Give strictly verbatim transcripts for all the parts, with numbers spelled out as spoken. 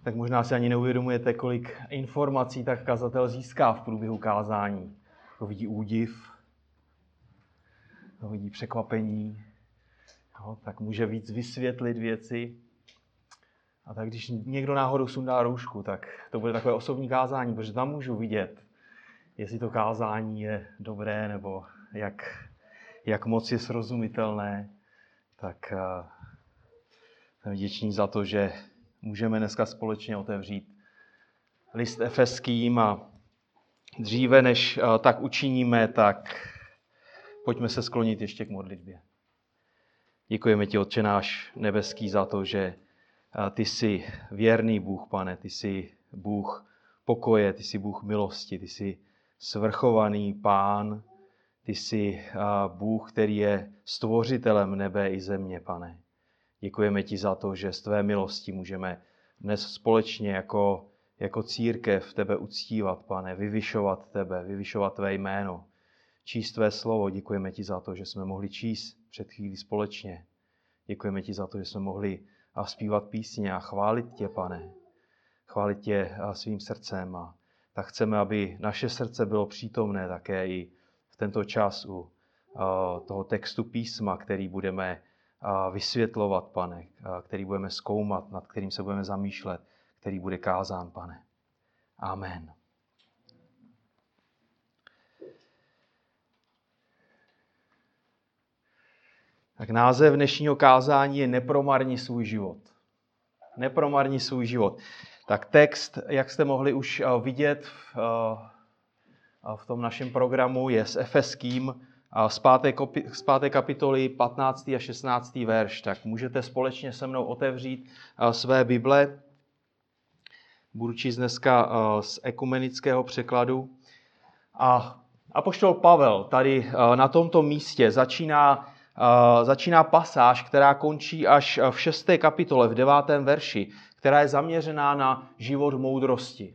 tak možná si ani neuvědomujete, kolik informací tak kazatel získá v průběhu kázání. To vidí údiv, to vidí překvapení, jo, tak může víc vysvětlit věci. A tak když někdo náhodou sundá roušku, tak to bude takové osobní kázání, protože tam můžu vidět, jestli to kázání je dobré, nebo jak, jak moc je srozumitelné. Tak jsem vděčný za to, že můžeme dneska společně otevřít list Efeským a dříve, než tak učiníme, tak pojďme se sklonit ještě k modlitbě. Děkujeme ti, Otče náš nebeský, za to, že ty jsi věrný Bůh, Pane, ty jsi Bůh pokoje, ty jsi Bůh milosti, ty jsi svrchovaný Pán, ty jsi Bůh, který je stvořitelem nebe i země, Pane. Děkujeme ti za to, že z tvé milosti můžeme dnes společně jako, jako církev tebe uctívat, Pane, vyvyšovat tebe, vyvyšovat tvé jméno, číst tvé slovo. Děkujeme ti za to, že jsme mohli číst před chvílí společně. Děkujeme ti za to, že jsme mohli a zpívat písně a chválit tě, Pane. Chválit tě svým srdcem. A tak chceme, aby naše srdce bylo přítomné také i v tento čas u toho textu písma, který budeme vysvětlovat, Pane, který budeme zkoumat, nad kterým se budeme zamýšlet, který bude kázán, Pane. Amen. Tak název dnešního kázání je Nepromarni svůj život. Nepromarni svůj život. Tak text, jak jste mohli už vidět v, v tom našem programu, je s Efeským z páté, z páté kapitoly patnáctý a šestnáctý verš. Tak můžete společně se mnou otevřít své Bible. Budu číst dneska z ekumenického překladu. A apoštol Pavel tady na tomto místě začíná Uh, začíná pasáž, která končí až v šesté kapitole, v devátém verši, která je zaměřená na život moudrosti.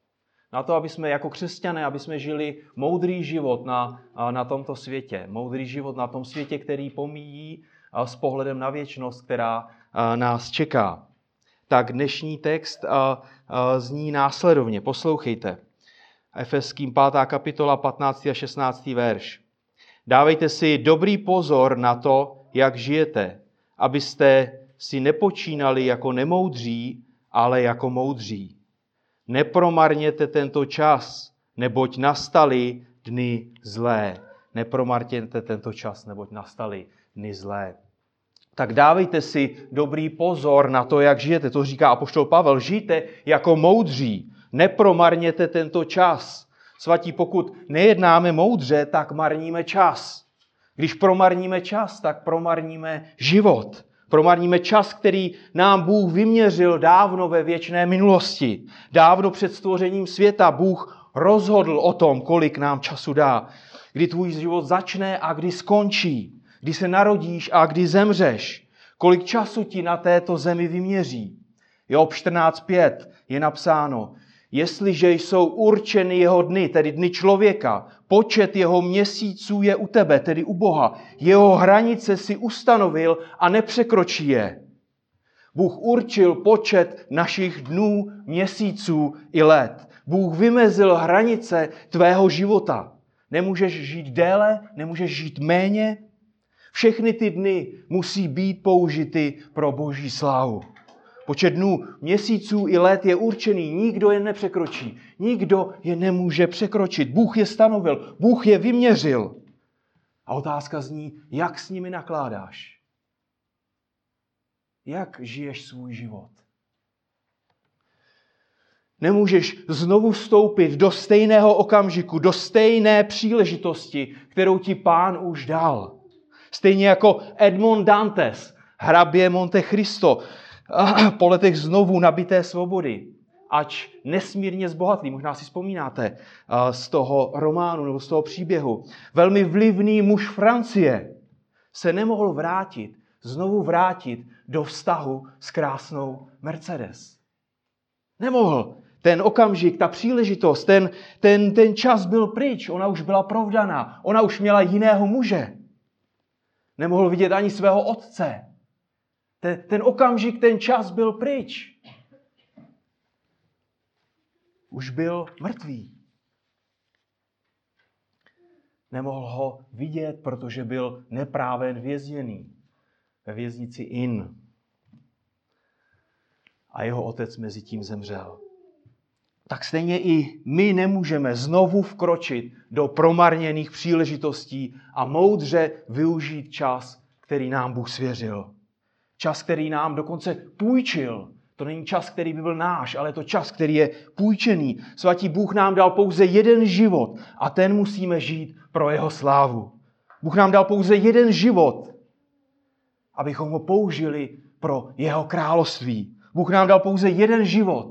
Na to, aby jsme jako křesťané, aby jsme žili moudrý život na, na tomto světě. Moudrý život na tom světě, který pomíjí uh, s pohledem na věčnost, která uh, nás čeká. Tak dnešní text uh, uh, zní následovně. Poslouchejte. Efeským pátá kapitola, patnáctý a šestnáctý verš. Dávejte si dobrý pozor na to, jak žijete, abyste si nepočínali jako nemoudří, ale jako moudří. Nepromarněte tento čas, neboť nastaly dny zlé. Nepromarněte tento čas, neboť nastaly dny zlé. Tak dávejte si dobrý pozor na to, jak žijete. To říká apoštol Pavel. Žijte jako moudří. Nepromarněte tento čas. Svatí, pokud nejednáme moudře, tak marníme čas. Když promarníme čas, tak promarníme život. Promarníme čas, který nám Bůh vyměřil dávno ve věčné minulosti. Dávno před stvořením světa Bůh rozhodl o tom, kolik nám času dá. Kdy tvůj život začne a kdy skončí. Kdy se narodíš a kdy zemřeš. Kolik času ti na této zemi vyměří. Job čtrnáct pět je napsáno: jestliže jsou určeny jeho dny, tedy dny člověka, počet jeho měsíců je u tebe, tedy u Boha. Jeho hranice si ustanovil a nepřekročí je. Bůh určil počet našich dnů, měsíců i let. Bůh vymezil hranice tvého života. Nemůžeš žít déle, nemůžeš žít méně. Všechny ty dny musí být použity pro Boží slávu. Počet dnů, měsíců i let je určený, nikdo je nepřekročí. Nikdo je nemůže překročit. Bůh je stanovil, Bůh je vyměřil. A otázka zní, jak s nimi nakládáš? Jak žiješ svůj život? Nemůžeš znovu vstoupit do stejného okamžiku, do stejné příležitosti, kterou ti Pán už dal. Stejně jako Edmond Dantes, hrabě Monte Cristo, po letech znovu nabité svobody, ač nesmírně zbohatlý, možná si vzpomínáte z toho románu nebo z toho příběhu, velmi vlivný muž Francie se nemohl vrátit, znovu vrátit do vztahu s krásnou Mercedes. Nemohl. Ten okamžik, ta příležitost, ten, ten, ten čas byl pryč, ona už byla provdaná, ona už měla jiného muže. Nemohl vidět ani svého otce. Ten, ten okamžik, ten čas byl pryč. už byl mrtvý. Nemohl ho vidět, protože byl neprávem vězněný ve věznici In. A jeho otec mezi tím zemřel. Tak stejně i my nemůžeme znovu vkročit do promarněných příležitostí a moudře využít čas, který nám Bůh svěřil. Čas, který nám dokonce půjčil. To není čas, který by byl náš, ale je to čas, který je půjčený. Svatý Bůh nám dal pouze jeden život a ten musíme žít pro jeho slávu. Bůh nám dal pouze jeden život, abychom ho použili pro jeho království. Bůh nám dal pouze jeden život.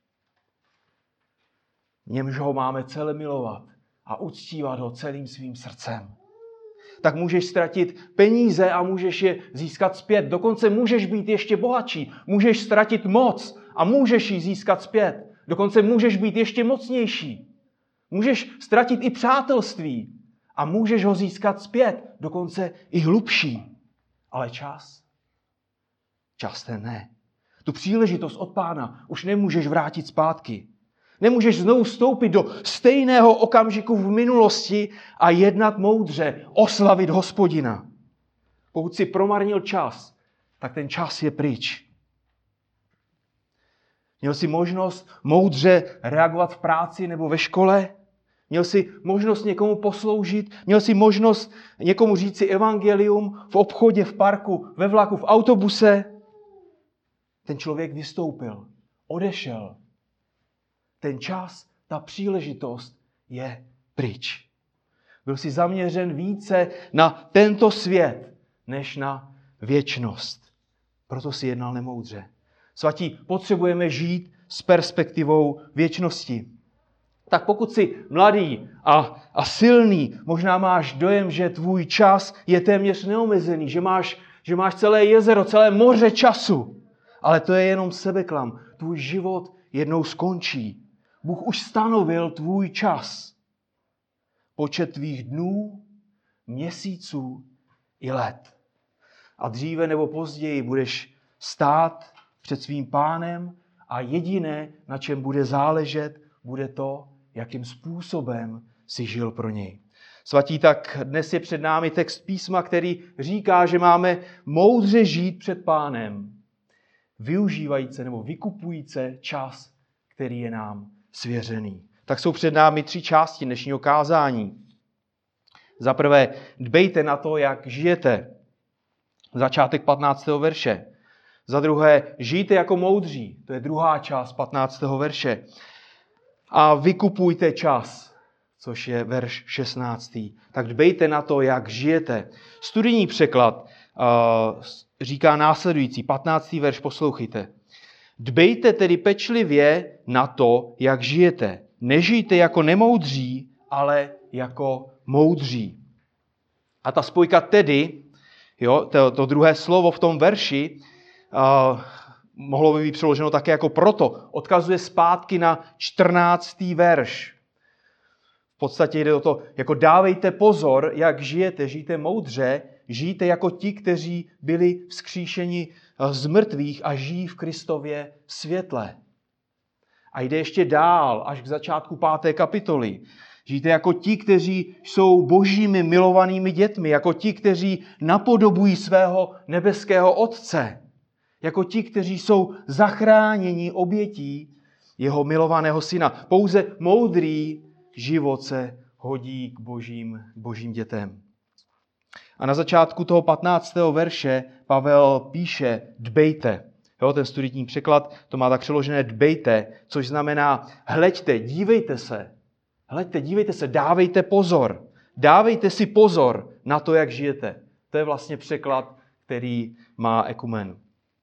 V němž ho máme celé milovat a uctívat ho celým svým srdcem. Tak můžeš ztratit peníze a můžeš je získat zpět. Dokonce můžeš být ještě bohatší. Můžeš ztratit moc a můžeš ji získat zpět. Dokonce můžeš být ještě mocnější. Můžeš ztratit i přátelství a můžeš ho získat zpět. Dokonce i hlubší. Ale čas? Čas ten ne. Tu příležitost od Pána už nemůžeš vrátit zpátky. Nemůžeš znovu vstoupit do stejného okamžiku v minulosti a jednat moudře, oslavit Hospodina. Pokud si promarnil čas, tak ten čas je pryč. Měl jsi možnost moudře reagovat v práci nebo ve škole? Měl jsi možnost někomu posloužit? Měl jsi možnost někomu říci evangelium v obchodě, v parku, ve vlaku, v autobuse? Ten člověk vystoupil, odešel. Ten čas, ta příležitost je pryč. Byl jsi zaměřen více na tento svět, než na věčnost. Proto si jednal nemoudře. Svatí, potřebujeme žít s perspektivou věčnosti. Tak pokud jsi mladý a, a silný, možná máš dojem, že tvůj čas je téměř neomezený, že máš, že máš celé jezero, celé moře času. Ale to je jenom sebeklam. Tvůj život jednou skončí. Bůh už stanovil tvůj čas. Počet tvých dnů, měsíců i let. A dříve nebo později budeš stát před svým Pánem a jediné, na čem bude záležet, bude to, jakým způsobem si žil pro něj. Svatí, tak dnes je před námi text písma, který říká, že máme moudře žít před Pánem, využívajíce nebo vykupujíce čas, který je nám svěřený. Tak jsou před námi tři části dnešního kázání. Za prvé, dbejte na to, jak žijete. Začátek patnáctého verše. Za druhé, žijte jako moudří. To je druhá část patnáctého verše. A vykupujte čas, což je verš šestnáctý. Tak dbejte na to, jak žijete. Studijní překlad uh, říká následující, patnáctý verš, poslouchejte. Dbejte tedy pečlivě na to, jak žijete. Nežijte jako nemoudří, ale jako moudří. A ta spojka tedy, jo, to, to druhé slovo v tom verši, uh, mohlo by být přeloženo také jako proto, odkazuje zpátky na čtrnáctý verš. V podstatě jde o to, jako dávejte pozor, jak žijete, žijte moudře, žijte jako ti, kteří byli vzkříšeni z mrtvých a žijí v Kristově světle. A jde ještě dál, až k začátku páté kapitoly. Žijte jako ti, kteří jsou božími milovanými dětmi, jako ti, kteří napodobují svého nebeského Otce, jako ti, kteří jsou zachráněni obětí jeho milovaného syna. Pouze moudrý život se hodí k božím, k božím dětem. A na začátku toho patnáctého verše Pavel píše dbejte. Jo, ten studijní překlad to má tak přeložené dbejte, což znamená hleďte, dívejte se. Hleďte, dívejte se, dávejte pozor. Dávejte si pozor na to, jak žijete. To je vlastně překlad, který má ekumen.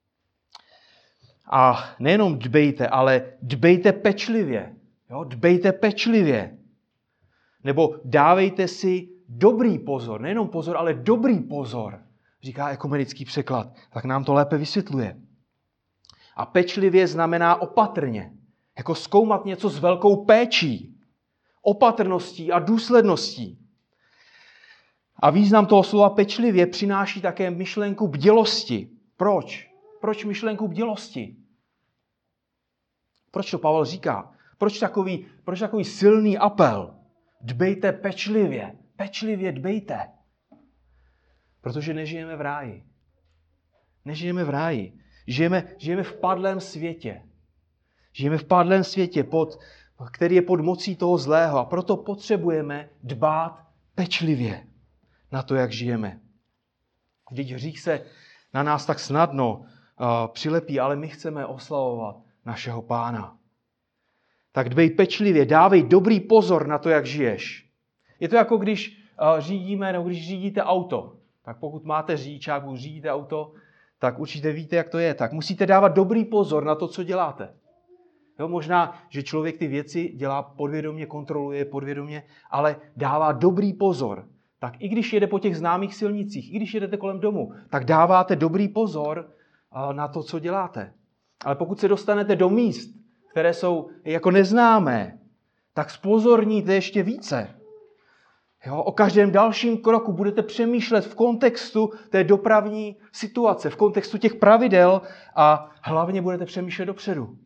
A nejenom dbejte, ale dbejte pečlivě. Jo, dbejte pečlivě. Nebo dávejte si dobrý pozor. Nejenom pozor, ale dobrý pozor, říká ekumenický překlad. Tak nám to lépe vysvětluje. A pečlivě znamená opatrně. Jako zkoumat něco s velkou péčí. Opatrností a důsledností. A význam toho slova pečlivě přináší také myšlenku bdělosti. Proč? Proč myšlenku bdělosti? Proč to Pavel říká? Proč takový, proč takový silný apel? Dbejte pečlivě, pečlivě dbejte. Protože nežijeme v ráji. Nežijeme v ráji. Žijeme, žijeme v padlém světě. Žijeme v padlém světě, pod, který je pod mocí toho zlého. A proto potřebujeme dbát pečlivě na to, jak žijeme. Vždyť hřích se na nás tak snadno uh, přilepí, ale my chceme oslavovat našeho Pána. Tak dbej pečlivě, dávej dobrý pozor na to, jak žiješ. Je to jako když uh, řídíme, nebo když řídíte auto. Tak pokud máte řidičák, pokud řídíte auto, tak určitě víte, jak to je. Tak musíte dávat dobrý pozor na to, co děláte. Jo, možná, že člověk ty věci dělá podvědomě, kontroluje podvědomě, ale dává dobrý pozor. Tak i když jede po těch známých silnicích, i když jedete kolem domu, tak dáváte dobrý pozor na to, co děláte. Ale pokud se dostanete do míst, které jsou jako neznámé, tak zpozorníte ještě více. Jo, o každém dalším kroku budete přemýšlet v kontextu té dopravní situace, v kontextu těch pravidel a hlavně budete přemýšlet dopředu.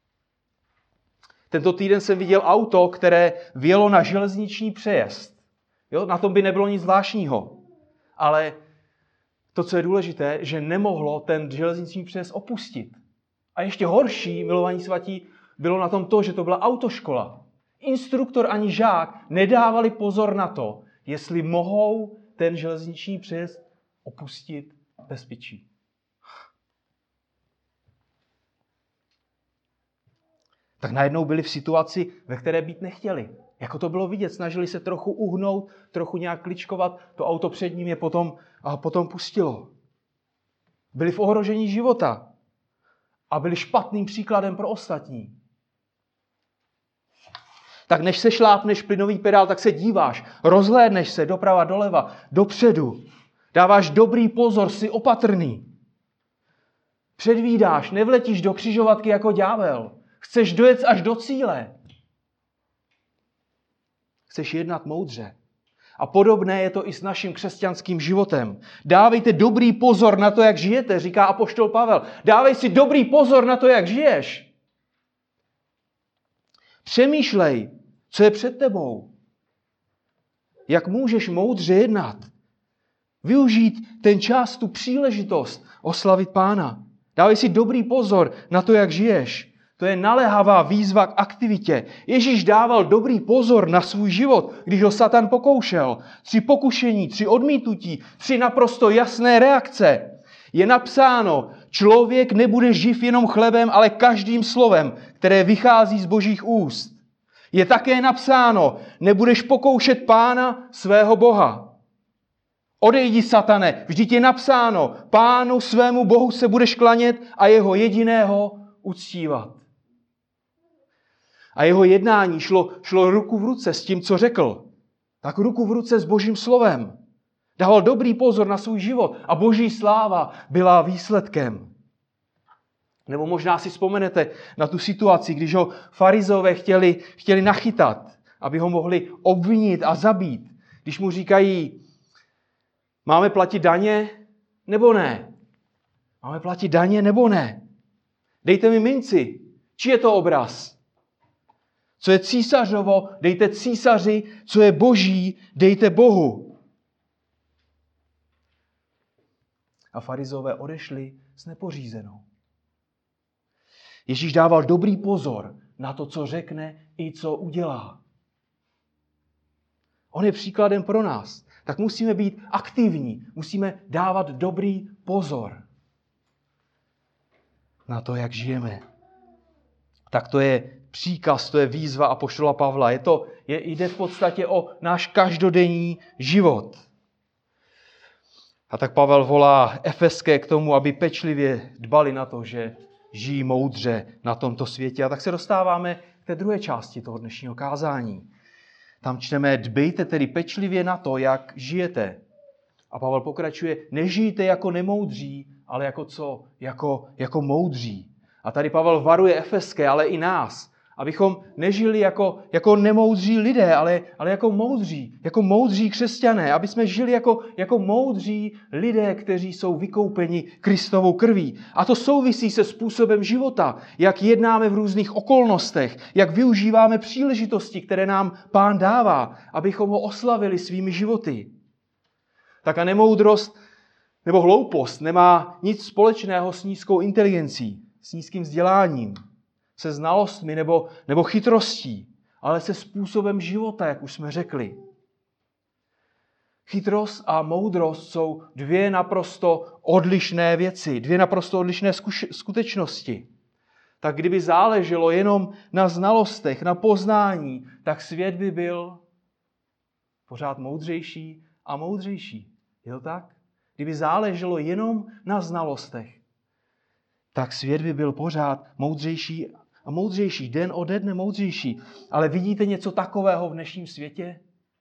Tento týden jsem viděl auto, které vjelo na železniční přejezd. Jo, na tom by nebylo nic zvláštního. Ale to, co je důležité, že nemohlo ten železniční přejezd opustit. A ještě horší, milovaní svatí, bylo na tom to, že to byla autoškola. Instruktor ani žák nedávali pozor na to, jestli mohou ten železniční přejezd opustit bezpečí. Tak najednou byli v situaci, ve které být nechtěli. Jako to bylo vidět, snažili se trochu uhnout, trochu nějak kličkovat, to auto před ním je potom, a potom pustilo. Byli v ohrožení života a byli špatným příkladem pro ostatní. Tak než se šlápneš plynový pedál, tak se díváš, rozhlédneš se doprava, doleva, dopředu. Dáváš dobrý pozor, jsi opatrný. Předvídáš, nevletíš do křižovatky jako ďábel. Chceš dojet až do cíle. Chceš jednat moudře. A podobné je to i s naším křesťanským životem. Dávejte dobrý pozor na to, jak žijete, říká apoštol Pavel. Dávej si dobrý pozor na to, jak žiješ. Přemýšlej, co je před tebou. Jak můžeš moudře jednat. Využít ten čas, tu příležitost oslavit Pána. Dávej si dobrý pozor na to, jak žiješ. To je naléhavá výzva k aktivitě. Ježíš dával dobrý pozor na svůj život, když ho Satan pokoušel. Tři pokušení, tři odmítnutí, tři naprosto jasné reakce. Je napsáno, člověk nebude živ jenom chlebem, ale každým slovem, které vychází z Božích úst. Je také napsáno, nebudeš pokoušet Pána svého Boha. Odejdi, Satane, vždyť je napsáno, Pánu svému Bohu se budeš klanět a jeho jediného uctívat. A jeho jednání šlo, šlo ruku v ruce s tím, co řekl. Tak ruku v ruce s Božím slovem. Dával dobrý pozor na svůj život a Boží sláva byla výsledkem. Nebo možná si vzpomenete na tu situaci, když ho farizové chtěli, chtěli nachytat, aby ho mohli obvinit a zabít. Když mu říkají, máme platit daně nebo ne? Máme platit daně nebo ne? Dejte mi minci. Či je to obraz? Co je císařovo, dejte císaři, co je boží, dejte Bohu. A farizové odešli s nepořízenou. Ježíš dával dobrý pozor na to, co řekne i co udělá. On je příkladem pro nás. Tak musíme být aktivní, musíme dávat dobrý pozor na to, jak žijeme. Tak to je příkaz, to je výzva apoštola Pavla. Je to, je, jde v podstatě o náš každodenní život. A tak Pavel volá Efeské k tomu, aby pečlivě dbali na to, že žijí moudře na tomto světě. A tak se dostáváme k té druhé části toho dnešního kázání. Tam čteme, dbejte tedy pečlivě na to, jak žijete. A Pavel pokračuje, nežijte jako nemoudří, ale jako co? Jako, jako moudří. A tady Pavel varuje Efeské, ale i nás, Abychom nežili jako, jako nemoudří lidé, ale, ale jako moudří, jako moudří křesťané. Aby jsme žili jako, jako moudří lidé, kteří jsou vykoupeni Kristovou krví. A to souvisí se způsobem života, jak jednáme v různých okolnostech, jak využíváme příležitosti, které nám Pán dává, abychom ho oslavili svými životy. Tak a nemoudrost nebo hloupost nemá nic společného s nízkou inteligencí, s nízkým vzděláním, se znalostmi nebo, nebo chytrostí, ale se způsobem života, jak už jsme řekli. Chytrost a moudrost jsou dvě naprosto odlišné věci, dvě naprosto odlišné zkuš- skutečnosti. Tak kdyby záleželo jenom na znalostech, na poznání, tak svět by byl pořád moudřejší a moudřejší. Je to tak? Kdyby záleželo jenom na znalostech, tak svět by byl pořád moudřejší a moudřejší, den ode dne moudřejší. Ale vidíte něco takového v dnešním světě?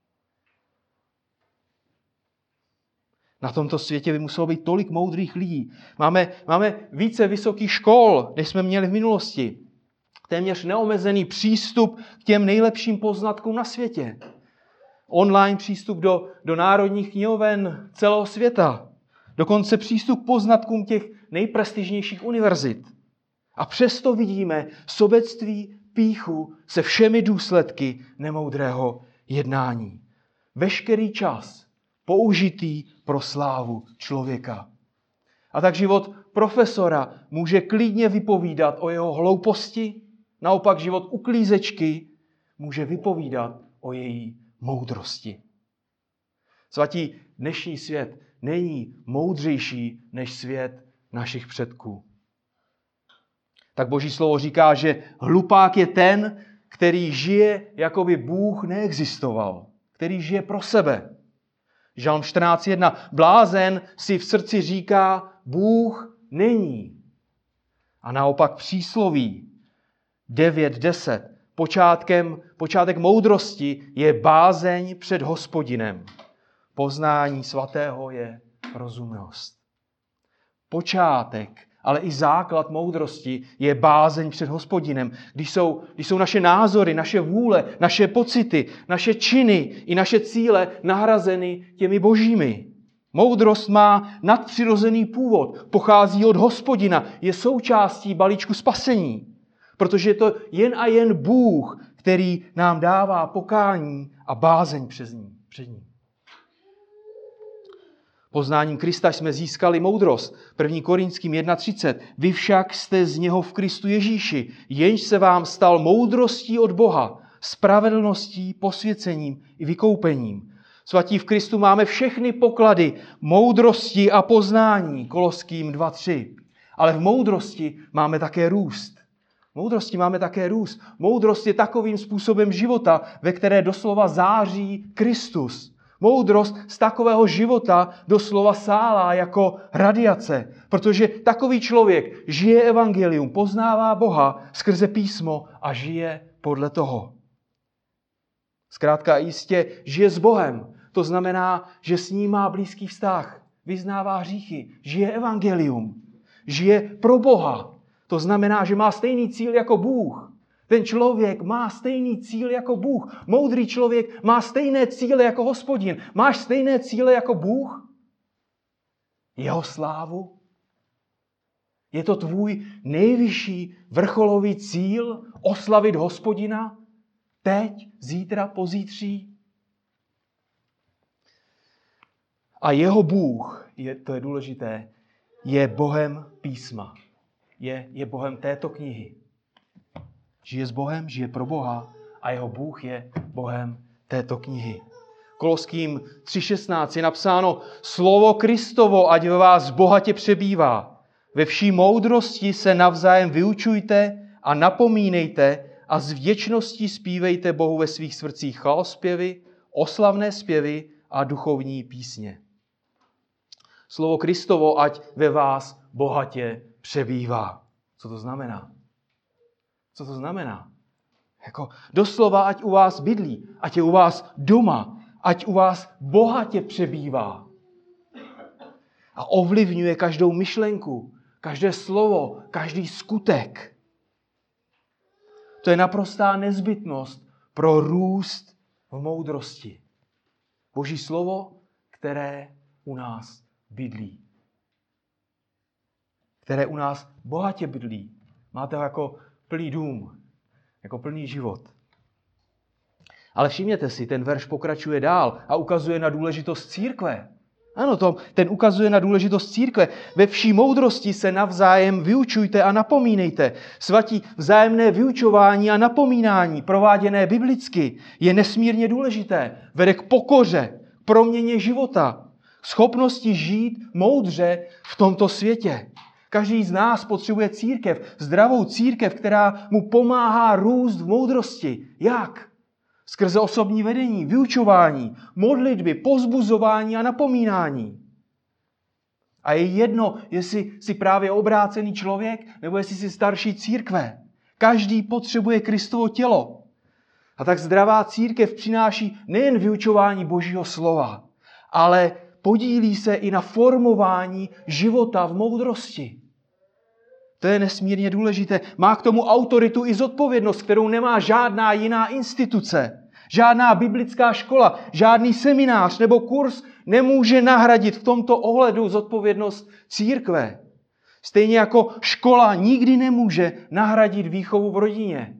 Na tomto světě by muselo být tolik moudrých lidí. Máme, máme více vysokých škol, než jsme měli v minulosti. Téměř neomezený přístup k těm nejlepším poznatkům na světě. Online přístup do, do národních knihoven celého světa. Dokonce přístup k poznatkům těch nejprestižnějších univerzit. A přesto vidíme sobectví, pýchu se všemi důsledky nemoudrého jednání. Veškerý čas použitý pro slávu člověka. A tak život profesora může klidně vypovídat o jeho hlouposti, naopak život uklízečky může vypovídat o její moudrosti. Svatí, dnešní svět není moudřejší než svět našich předků. Tak Boží slovo říká, že hlupák je ten, který žije, jako by Bůh neexistoval, který žije pro sebe. Žalm čtrnáct jedna. Blázen si v srdci říká, Bůh není. A naopak přísloví devět deset. Počátkem, počátek moudrosti je bázeň před Hospodinem. Poznání svatého je rozumnost. Počátek, ale i základ moudrosti je bázeň před Hospodinem. Když jsou, když jsou naše názory, naše vůle, naše pocity, naše činy i naše cíle nahrazeny těmi božími. Moudrost má nadpřirozený původ, pochází od Hospodina, je součástí balíčku spasení. Protože je to jen a jen Bůh, který nám dává pokání a bázeň před ním. Před ním. Poznáním Krista jsme získali moudrost. první Korinským jedna třicet. Vy však jste z něho v Kristu Ježíši, jenž se vám stal moudrostí od Boha, spravedlností, posvěcením i vykoupením. Svatí, v Kristu máme všechny poklady moudrosti a poznání. Koloským dva tři. Ale v moudrosti máme také růst. V moudrosti máme také růst. Moudrost je takovým způsobem života, ve které doslova září Kristus. Moudrost z takového života doslova sálá jako radiace, protože takový člověk žije evangelium, poznává Boha skrze písmo a žije podle toho. Zkrátka jistě žije s Bohem. To znamená, že s ním má blízký vztah, vyznává hříchy, žije evangelium, žije pro Boha. To znamená, že má stejný cíl jako Bůh. Ten člověk má stejný cíl jako Bůh. Moudrý člověk má stejné cíle jako Hospodin. Máš stejné cíle jako Bůh? Jeho slávu? Je to tvůj nejvyšší vrcholový cíl oslavit Hospodina? Teď, zítra, pozítří? A jeho Bůh, je, to je důležité, je Bohem písma. Je, je Bohem této knihy. Žije s Bohem, žije pro Boha a jeho Bůh je Bohem této knihy. Koloským tři šestnáct je napsáno: Slovo Kristovo, ať ve vás bohatě přebývá. Ve vší moudrosti se navzájem vyučujte a napomínejte a z vděčností zpívejte Bohu ve svých srdcích chválospěvy, oslavné zpěvy a duchovní písně. Slovo Kristovo, ať ve vás bohatě přebývá. Co to znamená? Co to znamená? Jako doslova, ať u vás bydlí, ať je u vás doma, ať u vás bohatě přebývá. A ovlivňuje každou myšlenku, každé slovo, každý skutek. To je naprostá nezbytnost pro růst v moudrosti. Boží slovo, které u nás bydlí. Které u nás bohatě bydlí. Máte ho jako plný dům, jako plný život. Ale všimněte si, ten verš pokračuje dál a ukazuje na důležitost církve. Ano, to, ten ukazuje na důležitost církve. Ve vší moudrosti se navzájem vyučujte a napomínejte. Svatí, vzájemné vyučování a napomínání, prováděné biblicky, je nesmírně důležité. Vede k pokoře, k proměně života, schopnosti žít moudře v tomto světě. Každý z nás potřebuje církev, zdravou církev, která mu pomáhá růst v moudrosti. Jak? Skrze osobní vedení, vyučování, modlitby, povzbuzování a napomínání. A je jedno, jestli jsi právě obrácený člověk, nebo jestli jsi starší církve. Každý potřebuje Kristovo tělo. A tak zdravá církev přináší nejen vyučování Božího slova, ale podílí se i na formování života v moudrosti. To je nesmírně důležité. Má k tomu autoritu i zodpovědnost, kterou nemá žádná jiná instituce. Žádná biblická škola, žádný seminář nebo kurz nemůže nahradit v tomto ohledu zodpovědnost církve. Stejně jako škola nikdy nemůže nahradit výchovu v rodině.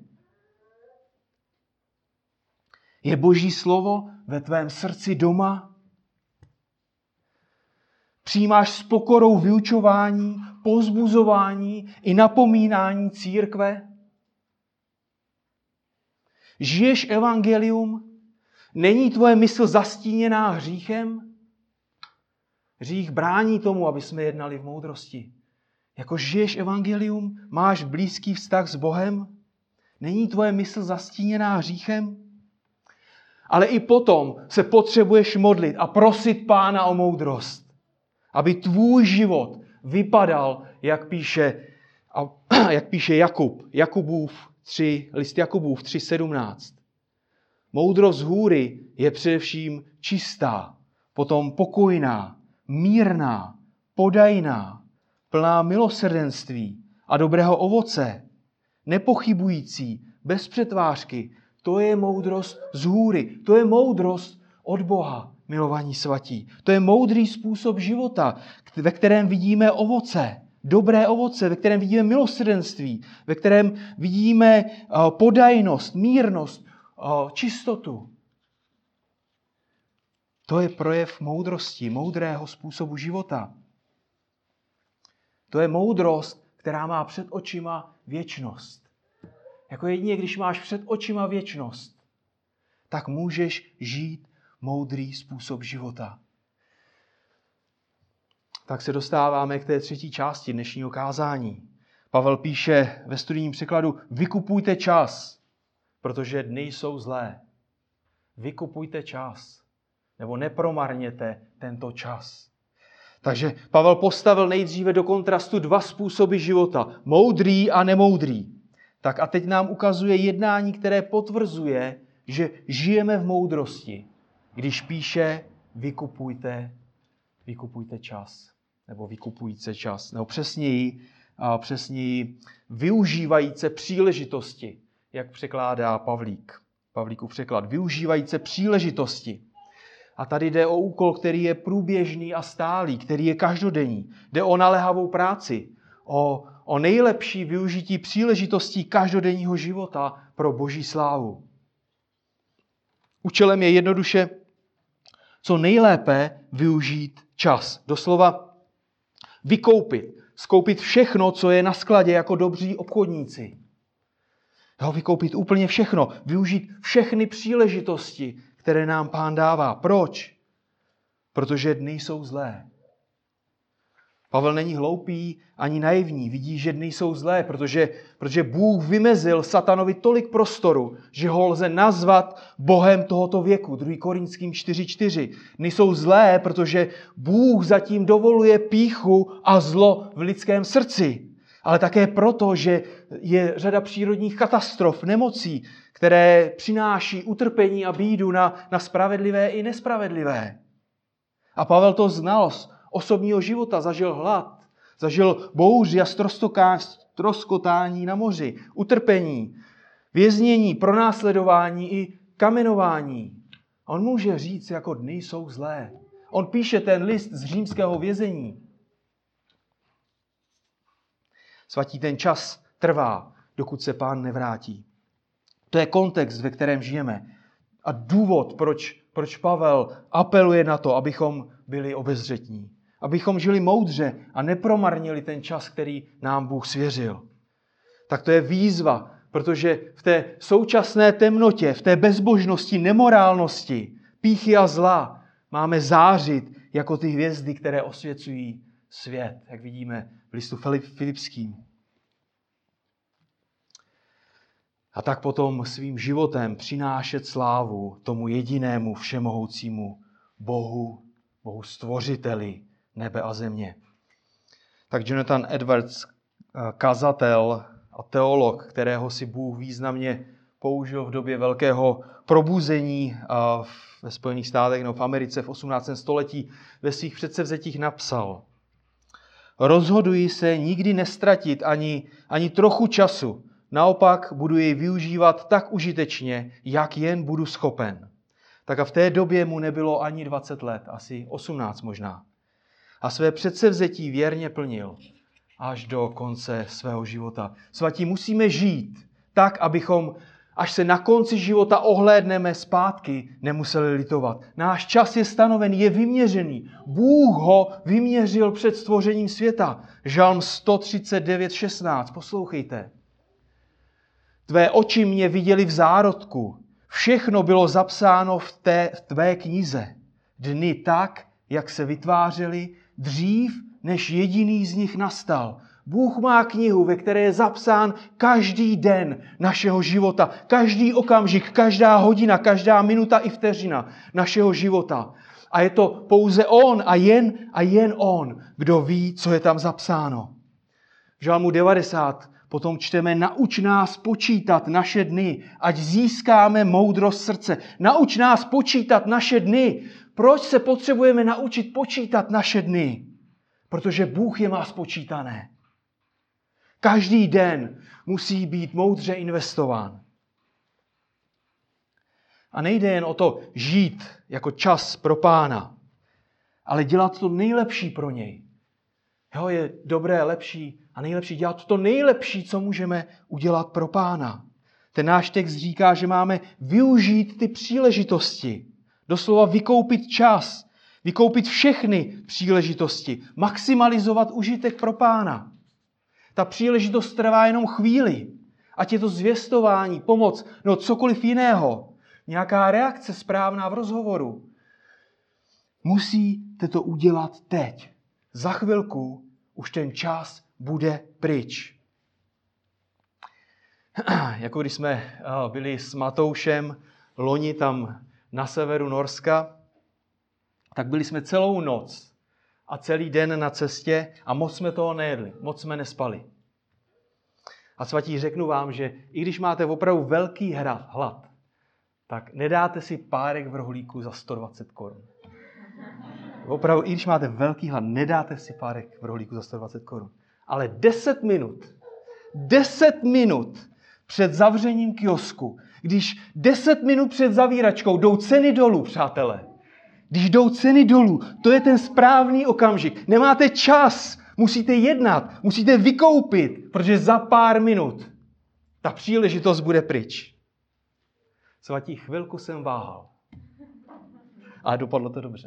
Je Boží slovo ve tvém srdci doma? Přijímáš s pokorou vyučování, povzbuzování i napomínání církve? Žiješ evangelium? Není tvoje mysl zastíněná hříchem? Hřích brání tomu, aby jsme jednali v moudrosti. Jako žiješ evangelium? Máš blízký vztah s Bohem? Není tvoje mysl zastíněná hříchem? Ale i potom se potřebuješ modlit a prosit Pána o moudrost. Aby tvůj život vypadal, jak píše, jak píše Jakub, Jakubův tři, list Jakubův tři sedmnáct. Moudrost z hůry je především čistá, potom pokojná, mírná, podajná, plná milosrdenství a dobrého ovoce, nepochybující, bez přetvářky. To je moudrost z hůry, to je moudrost od Boha, milovaní svatí. To je moudrý způsob života, ve kterém vidíme ovoce, dobré ovoce, ve kterém vidíme milosrdenství, ve kterém vidíme podajnost, mírnost, čistotu. To je projev moudrosti, moudrého způsobu života. To je moudrost, která má před očima věčnost. Jako jedině, když máš před očima věčnost, tak můžeš žít moudrý způsob života. Tak se dostáváme k té třetí části dnešního kázání. Pavel píše ve studijním překladu: vykupujte čas, protože dny jsou zlé. Vykupujte čas, nebo nepromarněte tento čas. Takže Pavel postavil nejdříve do kontrastu dva způsoby života, moudrý a nemoudrý. Tak a teď nám ukazuje jednání, které potvrzuje, že žijeme v moudrosti, když píše vykupujte, vykupujte čas, nebo vykupujíce čas, nebo přesněji, přesněji využívajíce příležitosti, jak překládá Pavlík. Pavlíkův překlad, využívajíce příležitosti. A tady jde o úkol, který je průběžný a stálý, který je každodenní. Jde o naléhavou práci, o, o nejlepší využití příležitostí každodenního života pro Boží slávu. Účelem je jednoduše co nejlépe využít čas. Doslova vykoupit, skoupit všechno, co je na skladě jako dobří obchodníci. Jo, vykoupit úplně všechno, využít všechny příležitosti, které nám Pán dává. Proč? Protože dny jsou zlé. Pavel není hloupý ani naivní, vidí, že dny jsou zlé, protože, protože Bůh vymezil satanovi tolik prostoru, že ho lze nazvat Bohem tohoto věku. druhý Korinským čtyři čtyři. Dny jsou zlé, protože Bůh zatím dovoluje pýchu a zlo v lidském srdci. Ale také proto, že je řada přírodních katastrof, nemocí, které přináší utrpení a bídu na, na spravedlivé i nespravedlivé. A Pavel to znal z osobního života, zažil hlad, zažil bouři a stroskotání na moři, utrpení, věznění, pronásledování i kamenování. On může říct, jako dny jsou zlé. On píše ten list z římského vězení. Svatí, ten čas trvá, dokud se Pán nevrátí. To je kontext, ve kterém žijeme. A důvod, proč, proč Pavel apeluje na to, abychom byli obezřetní. Abychom žili moudře a nepromarnili ten čas, který nám Bůh svěřil. Tak to je výzva, protože v té současné temnotě, v té bezbožnosti, nemorálnosti, pýchy a zla máme zářit jako ty hvězdy, které osvěcují svět, jak vidíme v listu Filipským. A tak potom svým životem přinášet slávu tomu jedinému všemohoucímu Bohu, Bohu stvořiteli nebe a země. Tak Jonathan Edwards, kazatel a teolog, kterého si Bůh významně použil v době velkého probuzení ve Spojených státech nebo v Americe v osmnáctém století, ve svých předsevzetích napsal: Rozhoduji se nikdy nestratit ani, ani trochu času, naopak budu jej využívat tak užitečně, jak jen budu schopen. Tak a v té době mu nebylo ani dvacet let, asi osmnáct možná. A své předsevzetí věrně plnil až do konce svého života. Svatí, musíme žít tak, abychom, až se na konci života ohlédneme zpátky, nemuseli litovat. Náš čas je stanoven, je vyměřený. Bůh ho vyměřil před stvořením světa. Žalm sto třicet devět šestnáct. Poslouchejte. Tvé oči mě viděly v zárodku. Všechno bylo zapsáno v, té, v tvé knize. Dny tak, jak se vytvářely, dřív, než jediný z nich nastal. Bůh má knihu, ve které je zapsán každý den našeho života, každý okamžik, každá hodina, každá minuta i vteřina našeho života. A je to pouze on a jen a jen on, kdo ví, co je tam zapsáno. V Žalmu devadesát potom čteme: Nauč nás počítat naše dny, ať získáme moudrost srdce. Nauč nás počítat naše dny. Proč se potřebujeme naučit počítat naše dny? Protože Bůh je má spočítané. Každý den musí být moudře investován. A nejde jen o to žít jako čas pro Pána, ale dělat to nejlepší pro něj. Jo, je dobré, lepší a nejlepší dělat to nejlepší, co můžeme udělat pro Pána. Ten náš text říká, že máme využít ty příležitosti. Doslova vykoupit čas, vykoupit všechny příležitosti, maximalizovat užitek pro Pána. Ta příležitost trvá jenom chvíli. Ať je to zvěstování, pomoc, no cokoliv jiného. Nějaká reakce správná v rozhovoru. Musíte to udělat teď. Za chvilku už ten čas bude pryč. Jako když jsme byli s Matoušem loni tam na severu Norska, tak byli jsme celou noc a celý den na cestě a moc jsme toho nejedli, moc jsme nespali. A svatí, řeknu vám, že i když máte opravdu velký hlad, tak nedáte si párek v rohlíku za sto dvacet korun. Opravdu, i když máte velký hlad, nedáte si párek v rohlíku za sto dvacet korun. Ale deset minut, deset minut před zavřením kiosku, když deset minut před zavíračkou jdou ceny dolů, přátelé, když jdou ceny dolů, to je ten správný okamžik. Nemáte čas, musíte jednat, musíte vykoupit, protože za pár minut ta příležitost bude pryč. Svatí, chvilku jsem váhal. A dopadlo to dobře.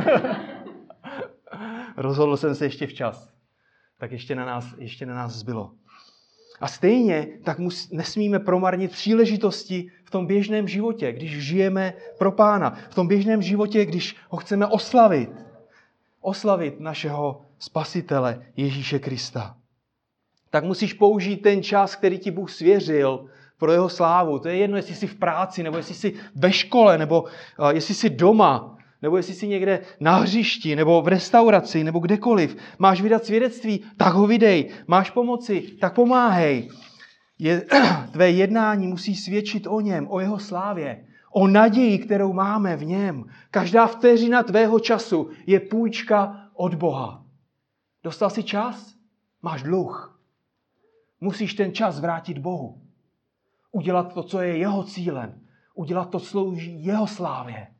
Rozhodl jsem se ještě včas. Tak ještě na nás, ještě na nás zbylo. A stejně tak mus, nesmíme promarnit příležitosti v tom běžném životě, když žijeme pro Pána. V tom běžném životě, když ho chceme oslavit. Oslavit našeho Spasitele Ježíše Krista. Tak musíš použít ten čas, který ti Bůh svěřil pro jeho slávu. To je jedno, jestli jsi v práci, nebo jestli jsi ve škole, nebo uh, jestli jsi doma, nebo jestli jsi někde na hřišti, nebo v restauraci, nebo kdekoliv. Máš vydat svědectví, tak ho vydej. Máš pomoci, tak pomáhej. Je, tvé jednání musí svědčit o něm, o jeho slávě, o naději, kterou máme v něm. Každá vteřina tvého času je půjčka od Boha. Dostal jsi čas? Máš dluh. Musíš ten čas vrátit Bohu. Udělat to, co je jeho cílem. Udělat to, co slouží jeho slávě.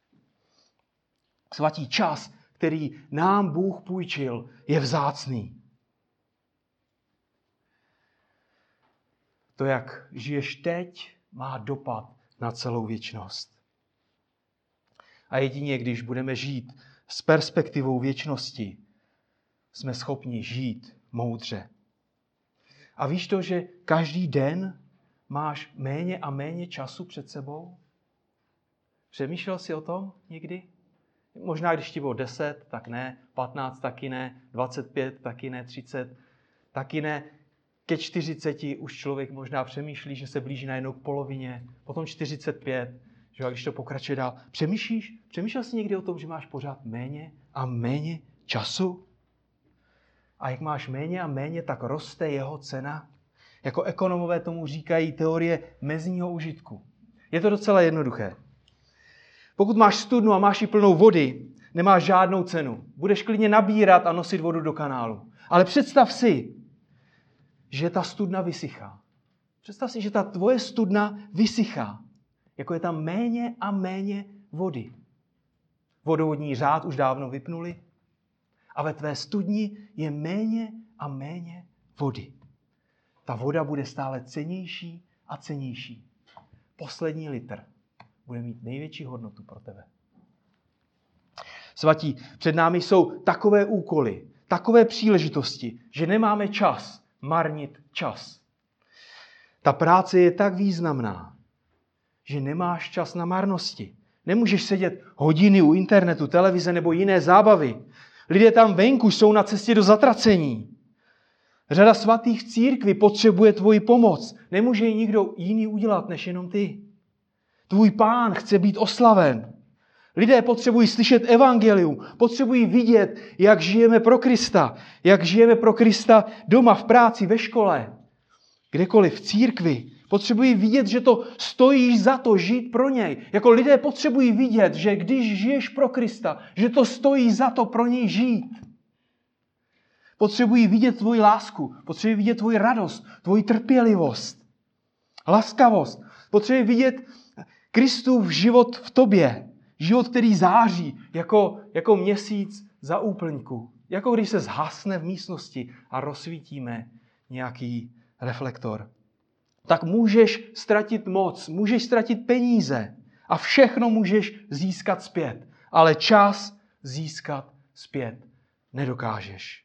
Svatý, čas, který nám Bůh půjčil, je vzácný. To, jak žiješ teď, má dopad na celou věčnost. A jedině, když budeme žít s perspektivou věčnosti, jsme schopni žít moudře. A víš to, že každý den máš méně a méně času před sebou? Přemýšlel jsi o tom někdy? Možná, když ti bylo deset, tak ne, patnáct taky ne, dvacet pět taky ne, třicet taky ne. Ke čtyřiceti už člověk možná přemýšlí, že se blíží najednou k polovině, potom čtyřicet pět, že a když to pokračuje dál. Přemýšlíš? Přemýšlel jsi někdy o tom, že máš pořád méně a méně času? A jak máš méně a méně, tak roste jeho cena. Jako ekonomové tomu říkají teorie mezního užitku. Je to docela jednoduché. Pokud máš studnu a máš ji plnou vody, nemáš žádnou cenu. Budeš klidně nabírat a nosit vodu do kanálu. Ale představ si, že ta studna vysychá. Představ si, že ta tvoje studna vysychá. Jako je tam méně a méně vody. Vodovodní řád už dávno vypnuli. A ve tvé studni je méně a méně vody. Ta voda bude stále cennější a cennější. Poslední litr bude mít největší hodnotu pro tebe. Svatí, před námi jsou takové úkoly, takové příležitosti, že nemáme čas marnit čas. Ta práce je tak významná, že nemáš čas na marnosti. Nemůžeš sedět hodiny u internetu, televize nebo jiné zábavy. Lidé tam venku jsou na cestě do zatracení. Řada svatých v církvi potřebuje tvoji pomoc. Nemůže ji nikdo jiný udělat, než jenom ty. Tvůj Pán chce být oslaven. Lidé potřebují slyšet evangelium, potřebují vidět, jak žijeme pro Krista, jak žijeme pro Krista doma, v práci, ve škole, kdekoliv, v církvi. Potřebují vidět, že to stojí za to žít pro něj. Jako lidé potřebují vidět, že když žiješ pro Krista, že to stojí za to pro něj žít. Potřebují vidět tvoji lásku, potřebují vidět tvoji radost, tvoji trpělivost, laskavost. Potřebují vidět Kristův život v tobě. Život, který září jako, jako měsíc za úplňku. Jako když se zhasne v místnosti a rozsvítíme nějaký reflektor. Tak můžeš ztratit moc, můžeš ztratit peníze a všechno můžeš získat zpět. Ale čas získat zpět nedokážeš.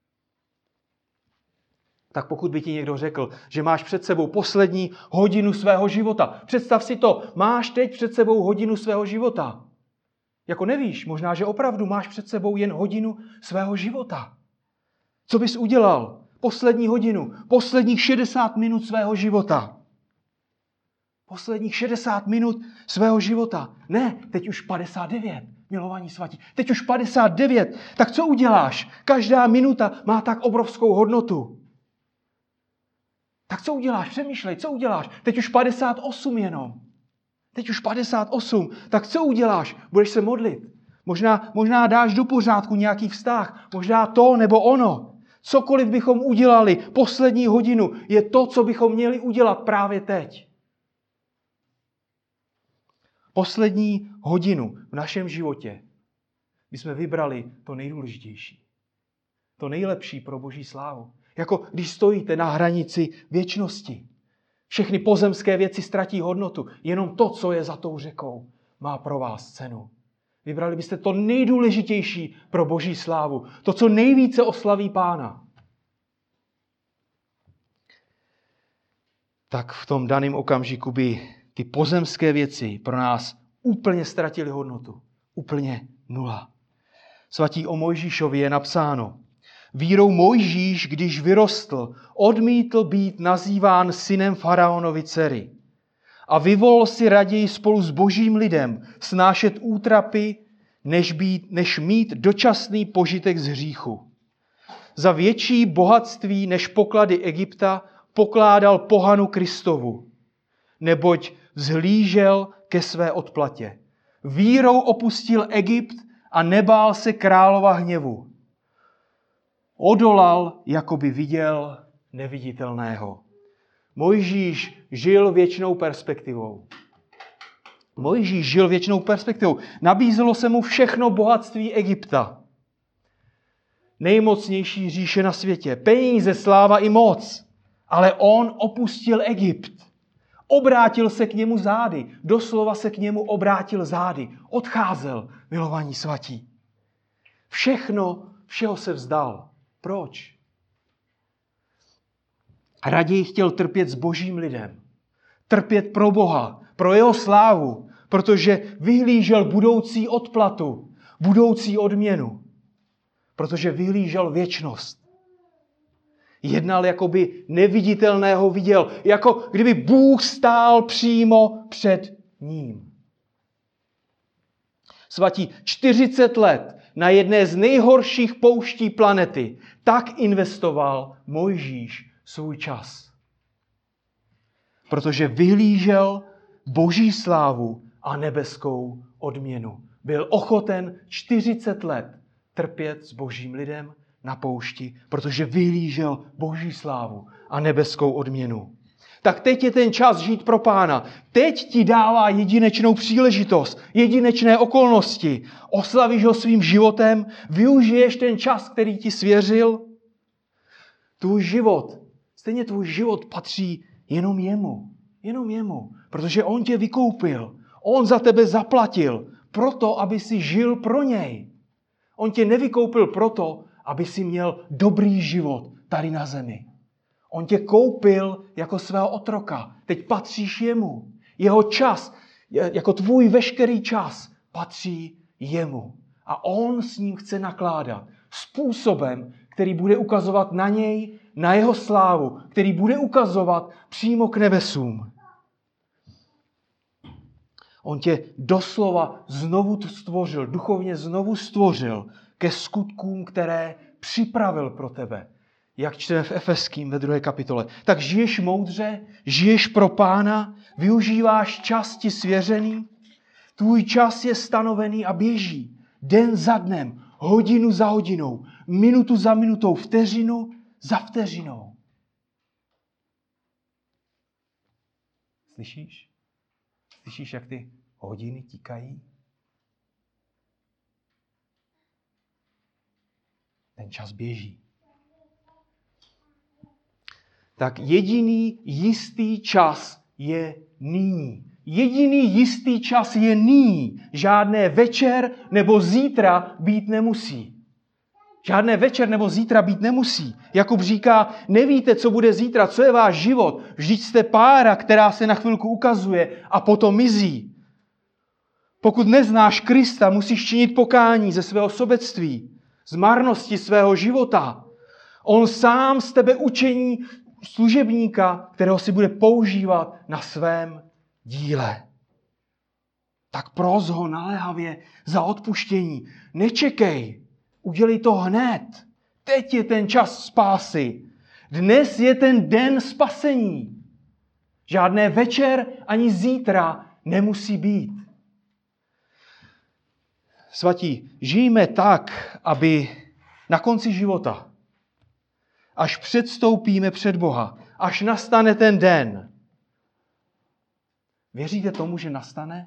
Tak pokud by ti někdo řekl, že máš před sebou poslední hodinu svého života, představ si to, máš teď před sebou hodinu svého života. Jako nevíš, možná, že opravdu máš před sebou jen hodinu svého života. Co bys udělal? Poslední hodinu, posledních šedesát minut svého života. Posledních šedesát minut svého života. Ne, teď už padesát devět, milovaní svatí. Teď už padesát devět. Tak co uděláš? Každá minuta má tak obrovskou hodnotu. Tak co uděláš? Přemýšlej, co uděláš? Teď už padesát osm jenom. Teď už padesát osm. Tak co uděláš? Budeš se modlit. Možná, možná dáš do pořádku nějaký vztah. Možná to nebo ono. Cokoliv bychom udělali poslední hodinu, je to, co bychom měli udělat právě teď. Poslední hodinu v našem životě bychom vybrali to nejdůležitější. To nejlepší pro Boží slávu. Jako když stojíte na hranici věčnosti. Všechny pozemské věci ztratí hodnotu. Jenom to, co je za tou řekou, má pro vás cenu. Vybrali byste to nejdůležitější pro Boží slávu. To, co nejvíce oslaví Pána. Tak v tom daném okamžiku by ty pozemské věci pro nás úplně ztratily hodnotu. Úplně nula. Svatí o Mojžíšovi je napsáno. Vírou Mojžíš, když vyrostl, odmítl být nazýván synem faraonovy dcery. A vyvolil si raději spolu s božím lidem snášet útrapy, než, být, než mít dočasný požitek z hříchu. Za větší bohatství než poklady Egypta pokládal pohanu Kristovu, neboť vzhlížel ke své odplatě. Vírou opustil Egypt a nebál se králova hněvu. Odolal, jako by viděl neviditelného. Mojžíš žil věčnou perspektivou. Mojžíš žil věčnou perspektivou. Nabízelo se mu všechno bohatství Egypta. Nejmocnější říše na světě. Peníze, sláva i moc. Ale on opustil Egypt. Obrátil se k němu zády. Doslova se k němu obrátil zády. Odcházel, milovaní svatí. Všechno, všeho se vzdal. Proč? Raději chtěl trpět s božím lidem. Trpět pro Boha, pro jeho slávu, protože vyhlížel budoucí odplatu, budoucí odměnu. Protože vyhlížel věčnost. Jednal, jako by neviditelného viděl, jako kdyby Bůh stál přímo před ním. Svatí, čtyřicet let na jedné z nejhorších pouští planety, tak investoval Mojžíš svůj čas. Protože vyhlížel boží slávu a nebeskou odměnu. Byl ochoten čtyřicet let trpět s božím lidem na poušti, protože vyhlížel boží slávu a nebeskou odměnu. Tak teď je ten čas žít pro Pána. Teď ti dává jedinečnou příležitost, jedinečné okolnosti. Oslavíš ho svým životem, využiješ ten čas, který ti svěřil. Tvůj život, stejně tvůj život patří jenom jemu. Jenom jemu, protože on tě vykoupil. On za tebe zaplatil proto, aby si žil pro něj. On tě nevykoupil proto, aby si měl dobrý život tady na zemi. On tě koupil jako svého otroka. Teď patříš jemu. Jeho čas, jako tvůj veškerý čas, patří jemu. A on s ním chce nakládat způsobem, který bude ukazovat na něj, na jeho slávu, který bude ukazovat přímo k nebesům. On tě doslova znovu stvořil, duchovně znovu stvořil ke skutkům, které připravil pro tebe. Jak čteme v Efeským ve druhé kapitole. Tak žiješ moudře, žiješ pro Pána, využíváš čas ti svěřený. Tvůj čas je stanovený a běží. Den za dnem, hodinu za hodinou, minutu za minutou, vteřinu za vteřinou. Slyšíš? Slyšíš, jak ty hodiny tikají? Ten čas běží. Tak jediný jistý čas je nyní. Jediný jistý čas je nyní. Žádné večer nebo zítra být nemusí. Žádné večer nebo zítra být nemusí. Jakub říká, nevíte, co bude zítra, co je váš život. Vždyť jste pára, která se na chvilku ukazuje a potom mizí. Pokud neznáš Krista, musíš činit pokání ze svého sobectví, z marnosti svého života. On sám z tebe učení služebníka, kterého si bude používat na svém díle. Tak pros ho naléhavě za odpuštění. Nečekej, udělej to hned. Teď je ten čas spásy. Dnes je ten den spasení. Žádné večer ani zítra nemusí být. Svatí, žijme tak, aby na konci života, až předstoupíme před Boha, až nastane ten den. Věříte tomu, že nastane?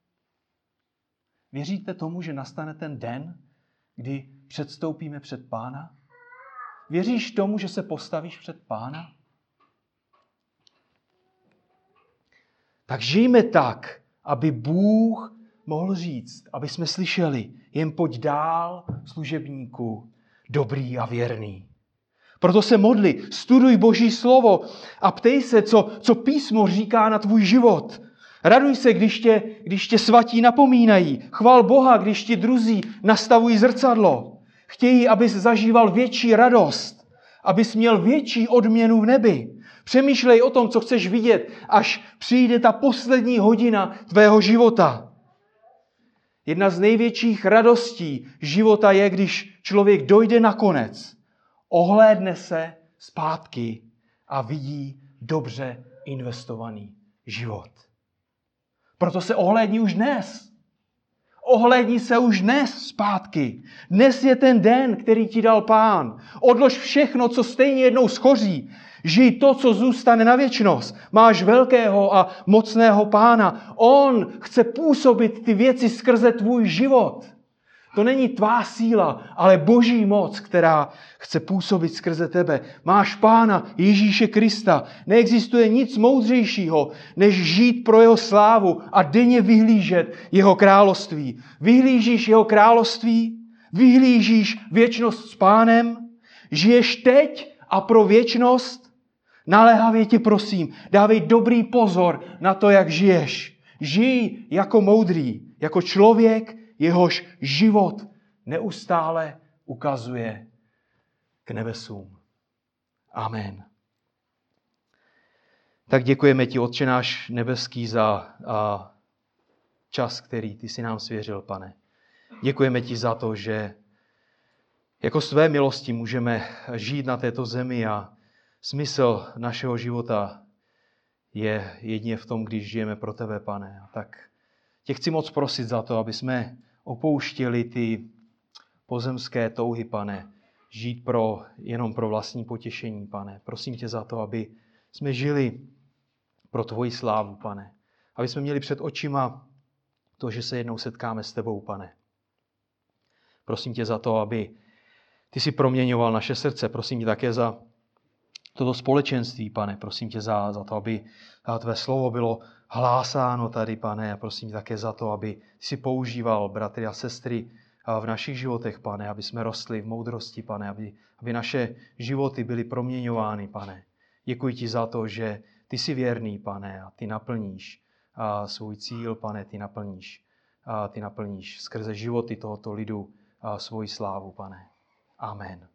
Věříte tomu, že nastane ten den, kdy předstoupíme před Pána? Věříš tomu, že se postavíš před Pána? Tak žijme tak, aby Bůh mohl říct, aby jsme slyšeli, jen pojď dál, služebníku, dobrý a věrný. Proto se modli, studuj Boží slovo a ptej se, co, co písmo říká na tvůj život. Raduj se, když tě, když tě svatí napomínají. Chval Boha, když ti druzí nastavují zrcadlo. Chtějí, abys zažíval větší radost, abys měl větší odměnu v nebi. Přemýšlej o tom, co chceš vidět, až přijde ta poslední hodina tvého života. Jedna z největších radostí života je, když člověk dojde na konec, ohlédne se zpátky a vidí dobře investovaný život. Proto se ohlédni už dnes. Ohlédni se už dnes zpátky. Dnes je ten den, který ti dal Pán. Odlož všechno, co stejně jednou schoří. Žij to, co zůstane na věčnost. Máš velkého a mocného Pána. On chce působit ty věci skrze tvůj život. To není tvá síla, ale Boží moc, která chce působit skrze tebe. Máš Pána Ježíše Krista. Neexistuje nic moudřejšího, než žít pro jeho slávu a denně vyhlížet jeho království. Vyhlížíš jeho království? Vyhlížíš věčnost s Pánem? Žiješ teď a pro věčnost? Naléhavě tě prosím, dávej dobrý pozor na to, jak žiješ. Žij jako moudrý, jako člověk, jehož život neustále ukazuje k nebesům. Amen. Tak děkujeme ti, Otče náš nebeský, za a, čas, který ty jsi nám svěřil, Pane. Děkujeme ti za to, že jako své milosti můžeme žít na této zemi a smysl našeho života je jedině v tom, když žijeme pro tebe, Pane. A tak tě chci moc prosit za to, aby jsme opouštěli ty pozemské touhy, Pane, žít pro, jenom pro vlastní potěšení, Pane. Prosím tě za to, aby jsme žili pro tvoji slávu, Pane. Aby jsme měli před očima to, že se jednou setkáme s tebou, Pane. Prosím tě za to, aby ty si proměňoval naše srdce. Prosím tě také za toto společenství, Pane. Prosím tě za, za to, aby tvé slovo bylo hlásáno tady, Pane. A prosím tě také za to, aby si používal bratry a sestry v našich životech, Pane. Aby jsme rostli v moudrosti, Pane. Aby, aby naše životy byly proměňovány, Pane. Děkuji ti za to, že ty jsi věrný, Pane. A ty naplníš a svůj cíl, Pane. Ty naplníš, a ty naplníš skrze životy tohoto lidu a svoji slávu, Pane. Amen.